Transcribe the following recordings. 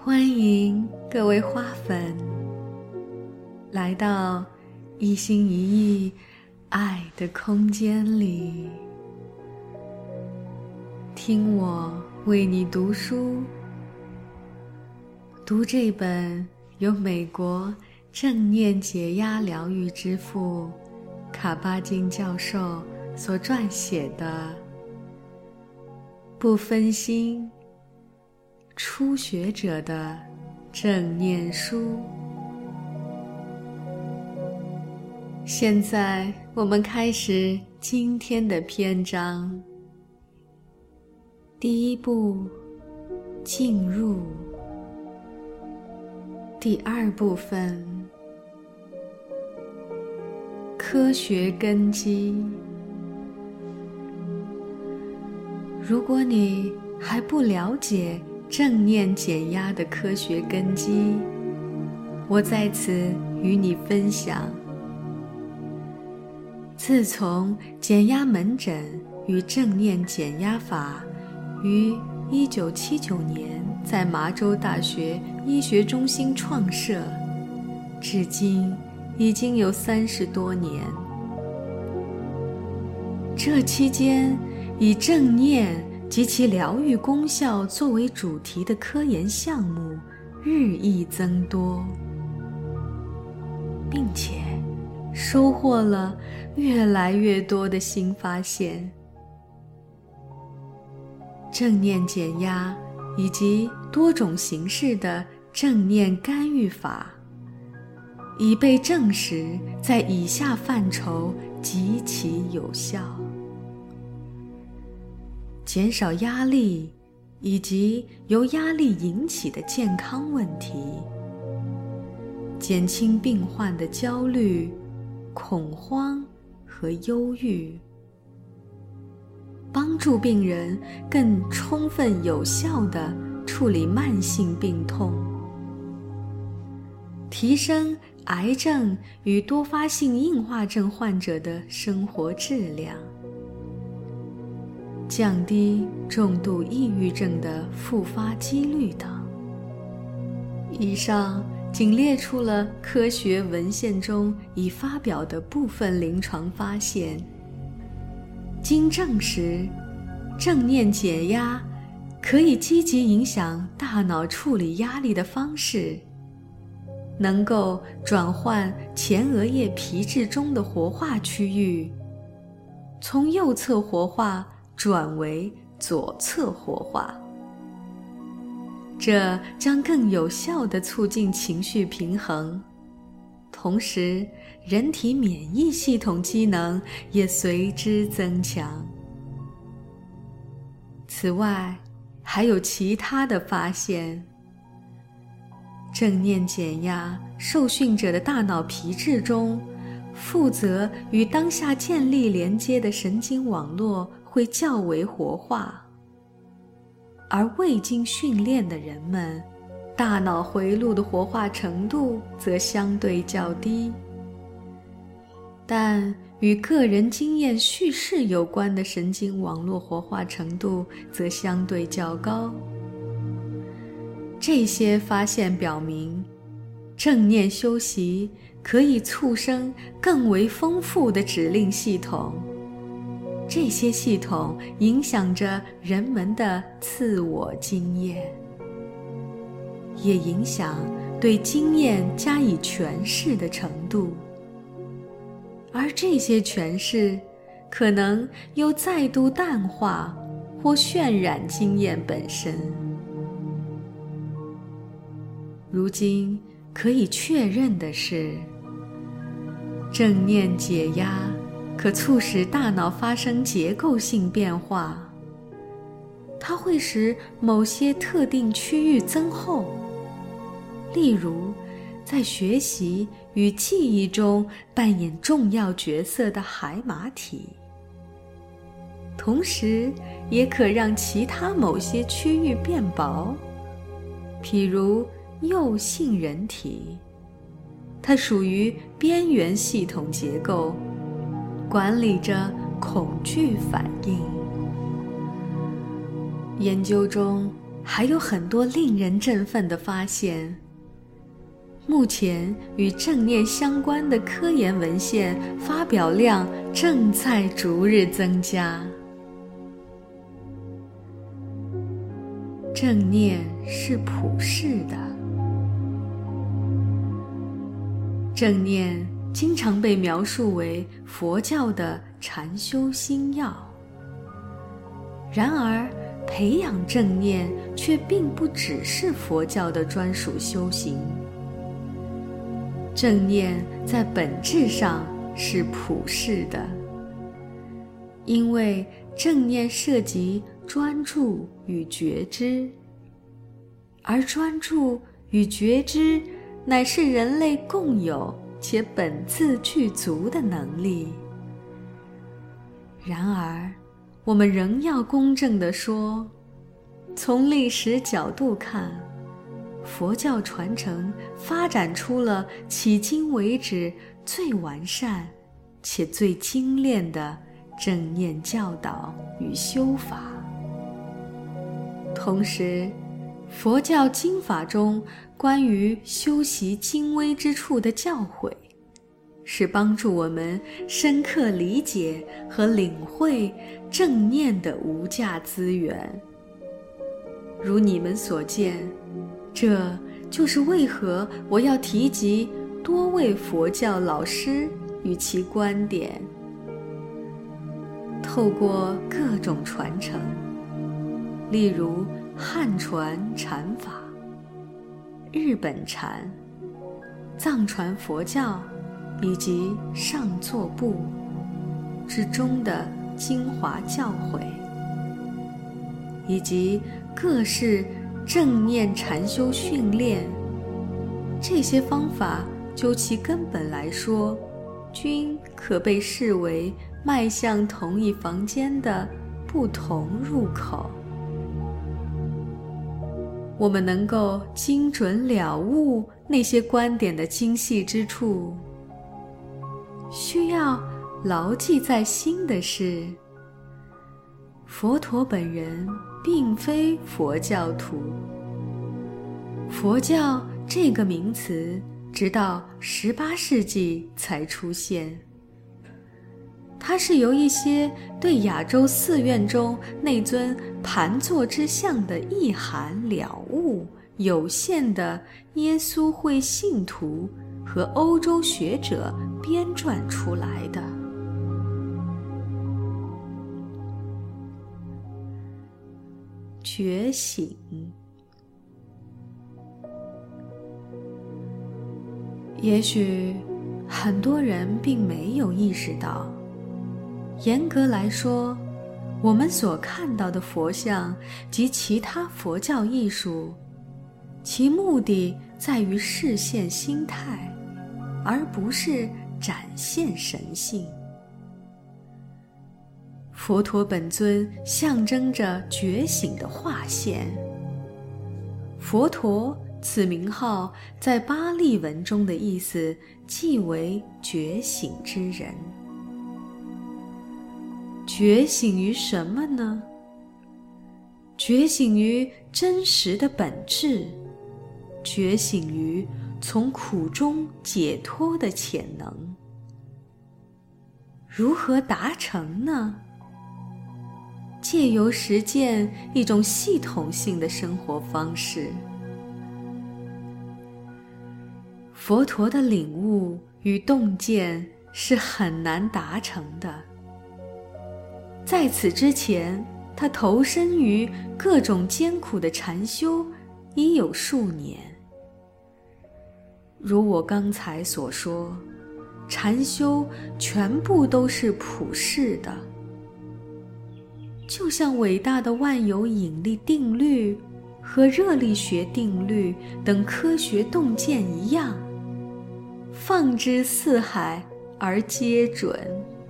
欢迎各位花粉来到一心一意爱的空间里，听我为你读书，读这本由美国正念解压疗愈之父卡巴金教授所撰写的不分心初学者的正念书。现在我们开始今天的篇章。第一步，进入。第二部分，科学根基。如果你还不了解正念减压的科学根基，我在此与你分享。自从减压门诊与正念减压法于1979年在麻州大学医学中心创设，至今已经有30多年。这期间，以正念及其疗愈功效作为主题的科研项目日益增多，并且收获了越来越多的新发现。正念减压以及多种形式的正念干预法已被证实在以下范畴极其有效：减少压力以及由压力引起的健康问题，减轻病患的焦虑、恐慌和忧郁，帮助病人更充分有效地处理慢性病痛，提升癌症与多发性硬化症患者的生活质量，降低重度抑郁症的复发几率等。以上仅列出了科学文献中已发表的部分临床发现。经证实，正念减压可以积极影响大脑处理压力的方式，能够转换前额叶皮质中的活化区域，从右侧活化转为左侧活化，这将更有效地促进情绪平衡，同时人体免疫系统机能也随之增强。此外，还有其他的发现。正念减压受训者的大脑皮质中，负责与当下建立连接的神经网络会较为活化，而未经训练的人们，大脑回路的活化程度则相对较低。但与个人经验叙事有关的神经网络活化程度则相对较高。这些发现表明，正念修习可以促生更为丰富的指令系统，这些系统影响着人们的自我经验，也影响对经验加以诠释的程度，而这些诠释可能又再度淡化或渲染经验本身。如今可以确认的是，正念解压可促使大脑发生结构性变化，它会使某些特定区域增厚，例如在学习与记忆中扮演重要角色的海马体，同时也可让其他某些区域变薄，譬如右杏仁体，它属于边缘系统结构，管理着恐惧反应。研究中还有很多令人振奋的发现。目前与正念相关的科研文献发表量正在逐日增加。正念是普世的。正念经常被描述为佛教的禅修心要，然而培养正念却并不只是佛教的专属修行。正念在本质上是普世的，因为正念涉及专注与觉知，而专注与觉知乃是人类共有且本自具足的能力。然而，我们仍要公正地说，从历史角度看，佛教传承发展出了迄今为止最完善且最精炼的正念教导与修法。同时，佛教经法中关于修习精微之处的教诲，是帮助我们深刻理解和领会正念的无价资源。如你们所见，这就是为何我要提及多位佛教老师与其观点。透过各种传承，例如汉传禅法、日本禅、藏传佛教以及上座部之中的精华教诲，以及各式正念禅修训练，这些方法就其根本来说，均可被视为迈向同一房间的不同入口。我们能够精准了悟那些观点的精细之处，需要牢记在心的是，佛陀本人并非佛教徒。佛教这个名词直到18世纪才出现，它是由一些对亚洲寺院中那尊盘坐之像的意涵了悟有限的耶稣会信徒和欧洲学者编撰出来的。觉醒。也许很多人并没有意识到，严格来说，我们所看到的佛像及其他佛教艺术，其目的在于示现心态，而不是展现神性。佛陀本尊象征着觉醒的划线。佛陀此名号在巴利文中的意思即为觉醒之人。觉醒于什么呢？觉醒于真实的本质，觉醒于从苦中解脱的潜能。如何达成呢？借由实践一种系统性的生活方式。佛陀的领悟与洞见是很难达成的。在此之前，他投身于各种艰苦的禅修已有数年。如我刚才所说，禅修全部都是普世的，就像伟大的万有引力定律和热力学定律等科学洞见一样，放之四海而皆准。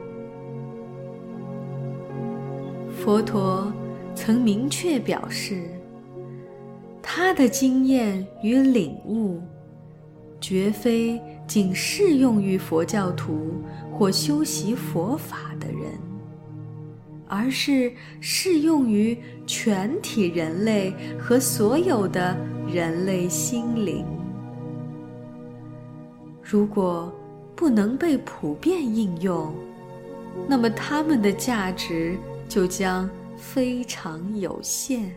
佛陀曾明确表示，他的经验与领悟绝非仅适用于佛教徒或修习佛法的人， 而是适用于全体人类和所有的人类心灵。如果不能被普遍应用，那么它们的价值就将非常有限。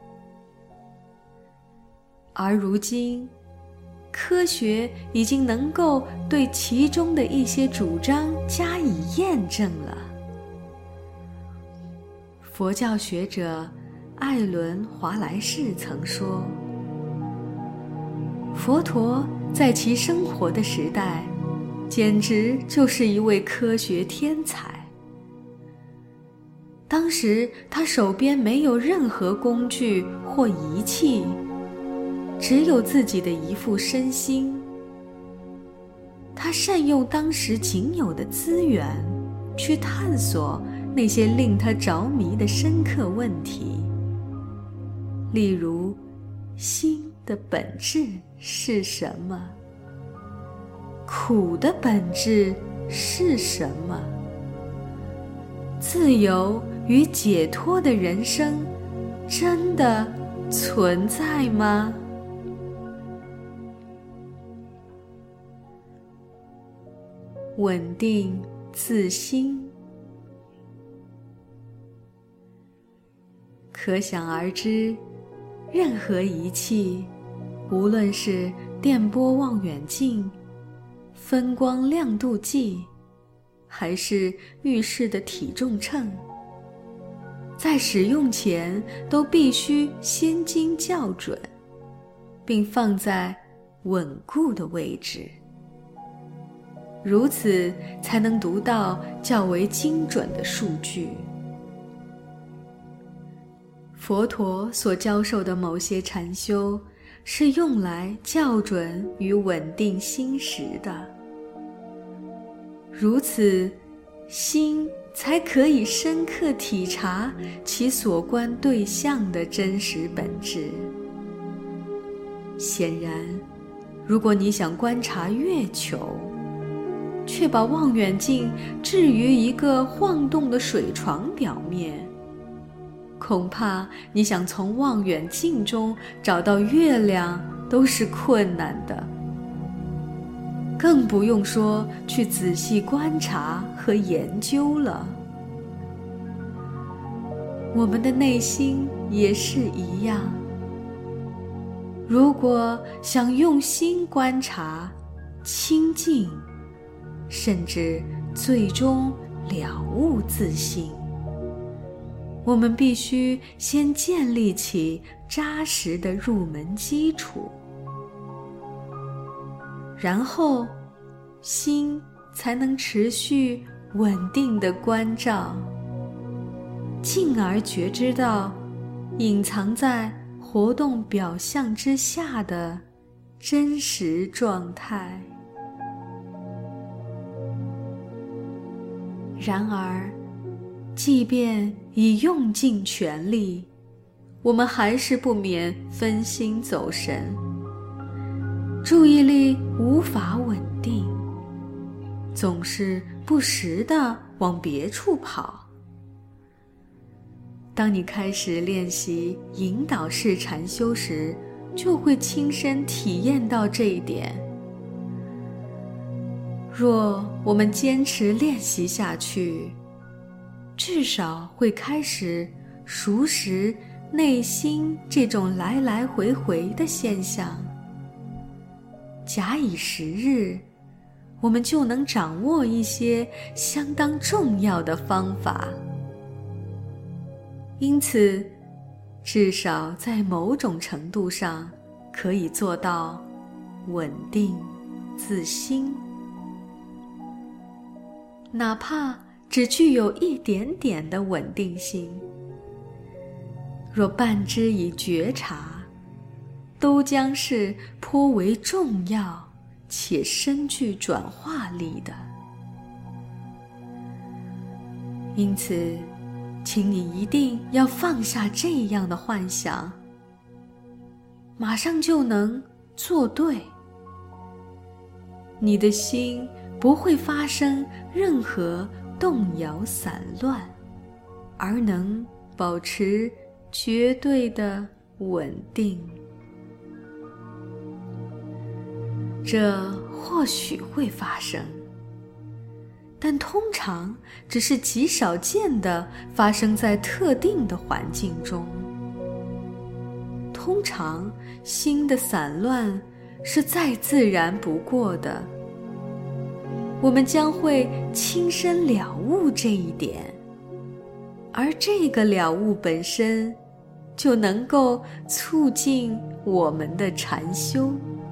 而如今，科学已经能够对其中的一些主张加以验证了。佛教学者艾伦·华莱士曾说，佛陀在其生活的时代，简直就是一位科学天才。当时他手边没有任何工具或仪器，只有自己的一副身心。他善用当时仅有的资源，去探索那些令他着迷的深刻问题，例如心的本质是什么？苦的本质是什么？自由与解脱的人生真的存在吗？稳定自心。可想而知，任何仪器，无论是电波望远镜、分光亮度计，还是浴室的体重秤，在使用前都必须先经校准，并放在稳固的位置，如此才能读到较为精准的数据。佛陀所教授的某些禅修，是用来校准与稳定心识的，如此心才可以深刻体察其所观对象的真实本质。显然，如果你想观察月球，却把望远镜置于一个晃动的水床表面，恐怕你想从望远镜中找到月亮都是困难的，更不用说去仔细观察和研究了。我们的内心也是一样，如果想用心观察、清净，甚至最终了悟自性，我们必须先建立起扎实的入门基础，然后心才能持续稳定的关照，进而觉知到隐藏在活动表象之下的真实状态。然而，即便已用尽全力，我们还是不免分心走神，注意力无法稳定，总是不时地往别处跑。当你开始练习引导式禅修时，就会亲身体验到这一点。若我们坚持练习下去，至少会开始熟识内心这种来来回回的现象。假以时日，我们就能掌握一些相当重要的方法。因此，至少在某种程度上可以做到稳定自心。哪怕只具有一点点的稳定性，若伴之以觉察，都将是颇为重要且深具转化力的。因此，请你一定要放下这样的幻想，马上就能做对。你的心不会发生任何动摇散乱， 而能保持绝对的稳定。这或许会发生，但通常只是极少见地发生在特定的环境中。通常心的散乱是再自然不过的，我们将会亲身了悟这一点，而这个了悟本身就能够促进我们的禅修。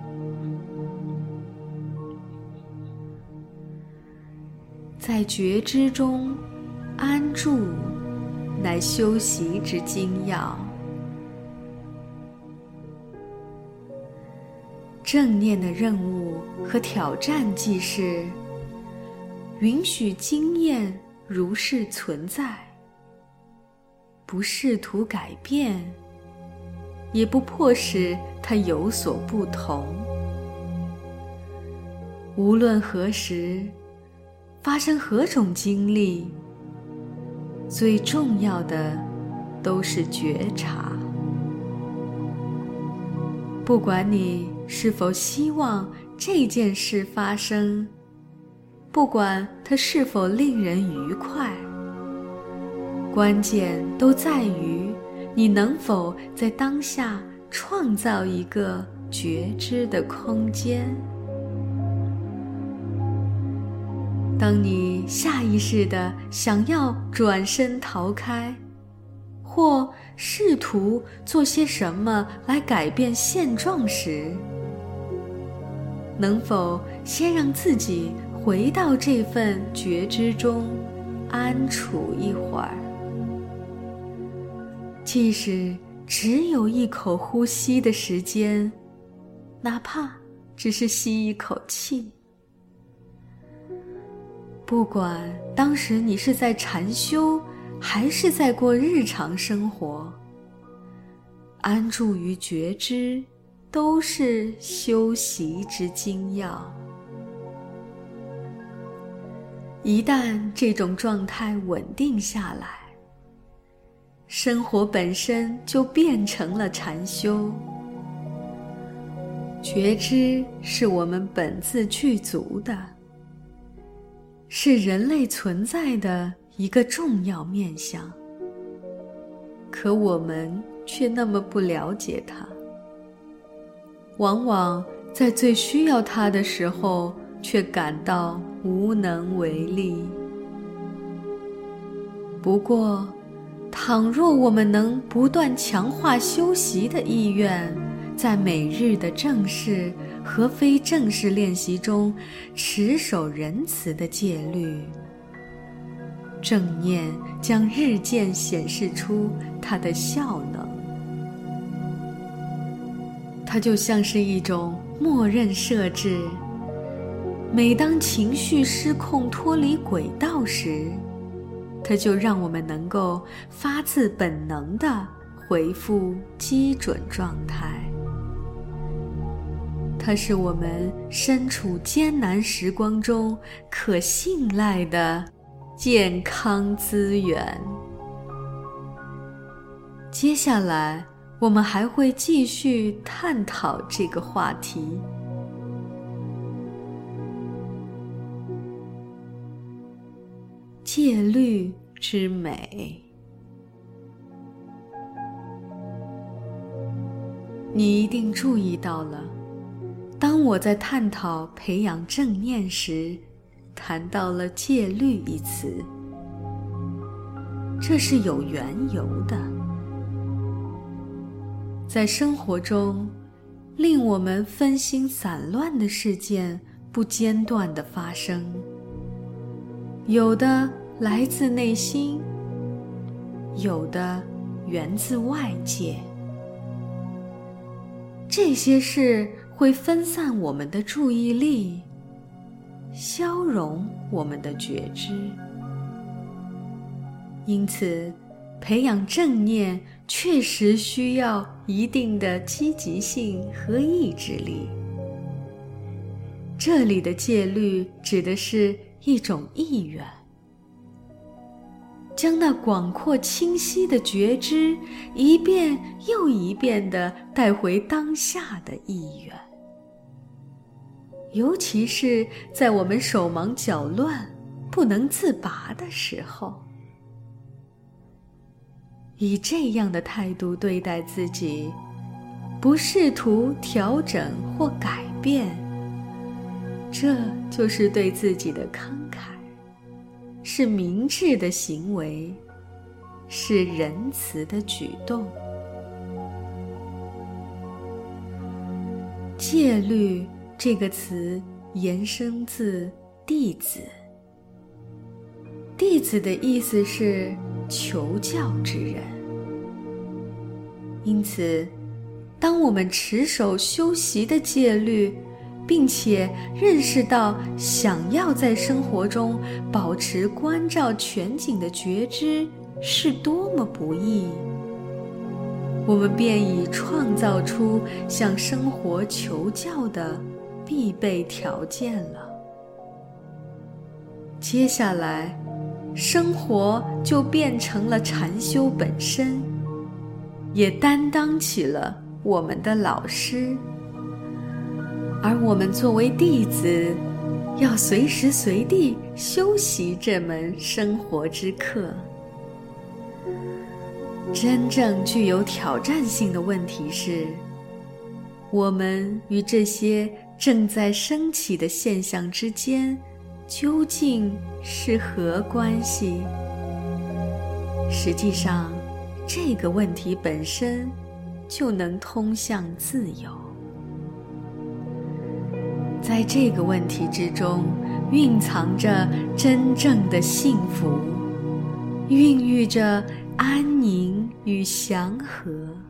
在觉知中安住，乃修习之精要。正念的任务和挑战即是允许经验如是存在，不试图改变，也不迫使它有所不同。无论何时发生何种经历，最重要的都是觉察。不管你是否希望这件事发生，不管它是否令人愉快，关键都在于你能否在当下创造一个觉知的空间。当你下意识地想要转身逃开，或试图做些什么来改变现状时，能否先让自己回到这份觉知中安处一会儿？即使只有一口呼吸的时间，哪怕只是吸一口气。不管当时你是在禅修，还是在过日常生活，安住于觉知都是修习之精要。一旦这种状态稳定下来，生活本身就变成了禅修。觉知是我们本自具足的，是人类存在的一个重要面向，可我们却那么不了解它，往往在最需要它的时候却感到无能为力。不过，倘若我们能不断强化修习的意愿，在每日的正式和非正式练习中持守仁慈的戒律，正念将日渐显示出它的效能。它就像是一种默认设置，每当情绪失控脱离轨道时，它就让我们能够发自本能地回复基准状态。它是我们身处艰难时光中可信赖的健康资源。接下来，我们还会继续探讨这个话题。戒律之美。你一定注意到了，当我在探讨培养正念时，谈到了戒律一词，这是有缘由的。在生活中，令我们分心散乱的事件不间断地发生，有的来自内心，有的源自外界。这些事会分散我们的注意力，消融我们的觉知。因此，培养正念确实需要一定的积极性和意志力。这里的戒律指的是一种意愿。 将那广阔清晰的觉知一遍又一遍地带回当下的意愿。尤其是在我们手忙脚乱、不能自拔的时候，以这样的态度对待自己，不试图调整或改变，这就是对自己的慷慨，是明智的行为，是仁慈的举动。戒律这个词延伸自弟子，弟子的意思是求教之人。因此，当我们持守修习的戒律，并且认识到想要在生活中保持关照全景的觉知是多么不易，我们便已创造出向生活求教的必备条件了。接下来，生活就变成了禅修本身，也担当起了我们的老师。而我们作为弟子，要随时随地修习这门生活之课。真正具有挑战性的问题是，我们与这些正在升起的现象之间究竟是何关系？实际上，这个问题本身就能通向自由。在这个问题之中，蕴藏着真正的幸福，孕育着安宁与祥和。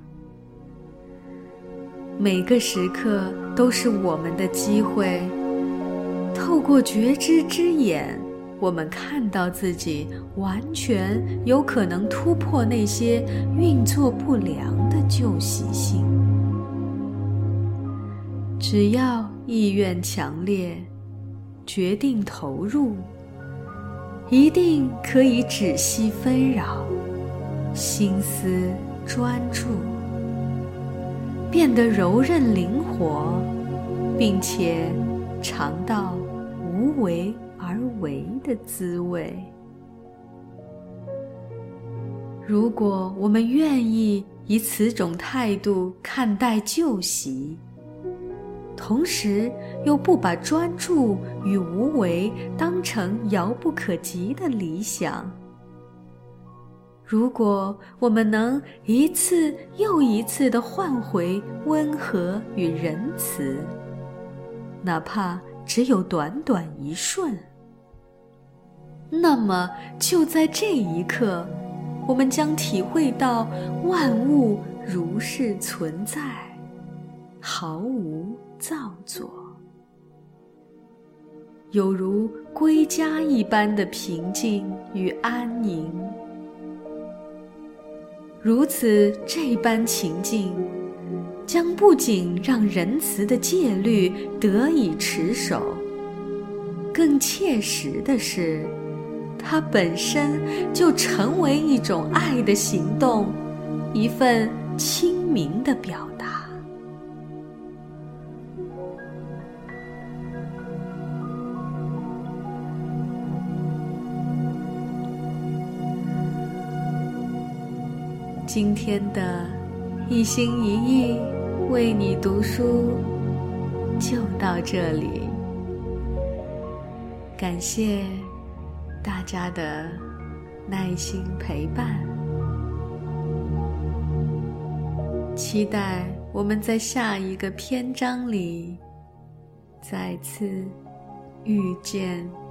每个时刻都是我们的机会，透过觉知之眼，我们看到自己完全有可能突破那些运作不良的旧习性。只要意愿强烈，决定投入，一定可以止息纷扰，心思专注，变得柔韧灵活，并且尝到无为而为的滋味。如果我们愿意以此种态度看待旧习，同时又不把专注与无为当成遥不可及的理想，如果我们能一次又一次地换回温和与仁慈，哪怕只有短短一瞬，那么就在这一刻，我们将体会到万物如是存在，毫无造作，有如归家一般的平静与安宁。如此这般情境，将不仅让仁慈的戒律得以持守，更切实的是，它本身就成为一种爱的行动，一份清明的表达。今天的一心一意为你读书就到这里，感谢大家的耐心陪伴，期待我们在下一个篇章里再次遇见。